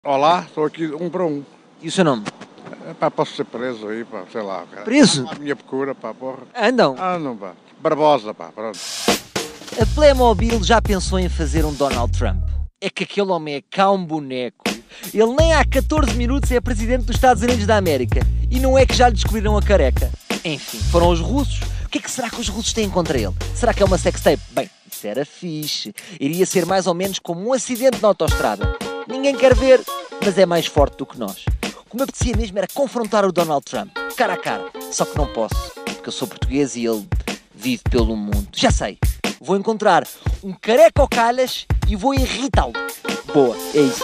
Olá, estou aqui para um. E o seu nome? Pá, posso ser preso aí, pá, sei lá. Cara. Preso? A minha procura, pá, porra. Andam. Não, pá. Barbosa, pá, pronto. A Playmobil já pensou em fazer um Donald Trump? É que aquele homem é cá um boneco. Ele nem há 14 minutos é presidente dos Estados Unidos da América. E não é que já lhe descobriram a careca. Enfim, foram os russos. O que é que será que os russos têm contra ele? Será que é uma sextape? Bem, isso era fixe. Iria ser mais ou menos como um acidente na autoestrada. Ninguém quer ver, mas é mais forte do que nós. O que me apetecia mesmo era confrontar o Donald Trump, cara a cara. Só que não posso, porque eu sou português e ele vive pelo mundo. Já sei, vou encontrar um careca ao calhas e vou irritá-lo. Boa, é isso.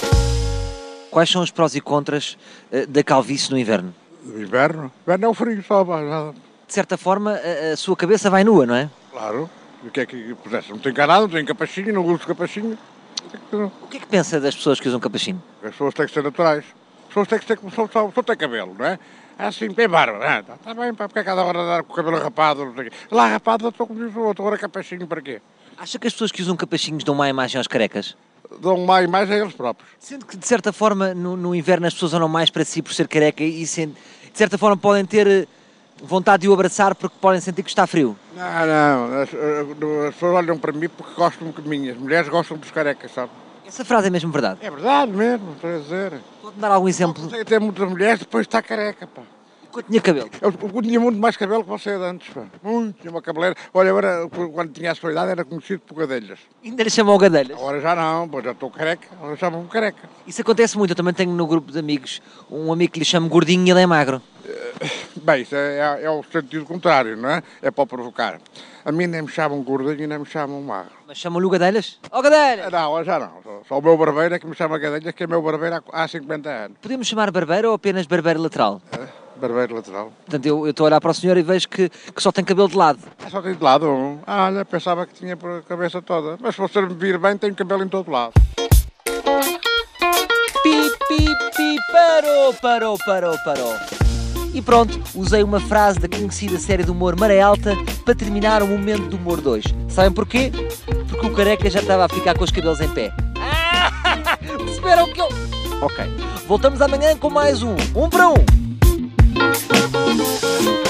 Quais são os prós e contras da calvície no inverno? Do inverno? Inverno é o frio só, pá, nada. De certa forma, a sua cabeça vai nua, não é? Claro. O que é que pudesse? Não tenho nada, não tenho capachinho, não uso capachinho. O que é que pensa das pessoas que usam capachinho? As pessoas têm que ser naturais. As pessoas têm que ter, só tem cabelo, não é? Assim, bem barba. Está bem, pá, porque é cada hora dar com o cabelo rapado, não sei o quê. Lá rapado, eu estou como diz o outro, agora capachinho para quê? Acha que as pessoas que usam capachinhos dão má imagem aos carecas? Dão má imagem a eles próprios. Sendo que, de certa forma, no inverno as pessoas olham mais para si por ser careca e, de certa forma, podem ter vontade de o abraçar porque podem sentir que está frio. Não. As pessoas olham para mim porque gostam de mim. As mulheres gostam dos carecas, sabe? Essa frase é mesmo verdade? É verdade mesmo, estou a dizer. Pode-me dar algum exemplo? Sei ter muitas mulheres, depois está careca, pá. Quando tinha cabelo? Eu tinha muito mais cabelo que você antes, pá. Muito, tinha uma cabeleira. Olha, agora, quando tinha a sua idade, era conhecido por gadelhas. Ainda lhe chamam gadelhas? Agora já não, pois já estou careca, agora chamam-me careca. Isso acontece muito, eu também tenho no grupo de amigos um amigo que lhe chama gordinho e ele é magro. Bem, isso é o sentido contrário, não é? É para provocar. A mim nem me chamam gordinho e nem me chamam magro. Mas chamam-lhe o gadelhas? Oh, gadelhas! Não, já não. Só o meu barbeiro é que me chama gadelhas, que é meu barbeiro há 50 anos. Podemos chamar barbeiro ou apenas barbeiro lateral? Barbeiro lateral. Portanto, eu estou a olhar para o senhor e vejo que só tem cabelo de lado. Só tem de lado um. Olha, pensava que tinha por a cabeça toda. Mas se você me vir bem, tenho cabelo em todo lado. Parou. E pronto, usei uma frase da conhecida série de humor Maré Alta para terminar o Momento do Humor 2. Sabem porquê? Porque o careca já estava a ficar com os cabelos em pé. Perceberam que eu... Ok, voltamos amanhã com mais um para um.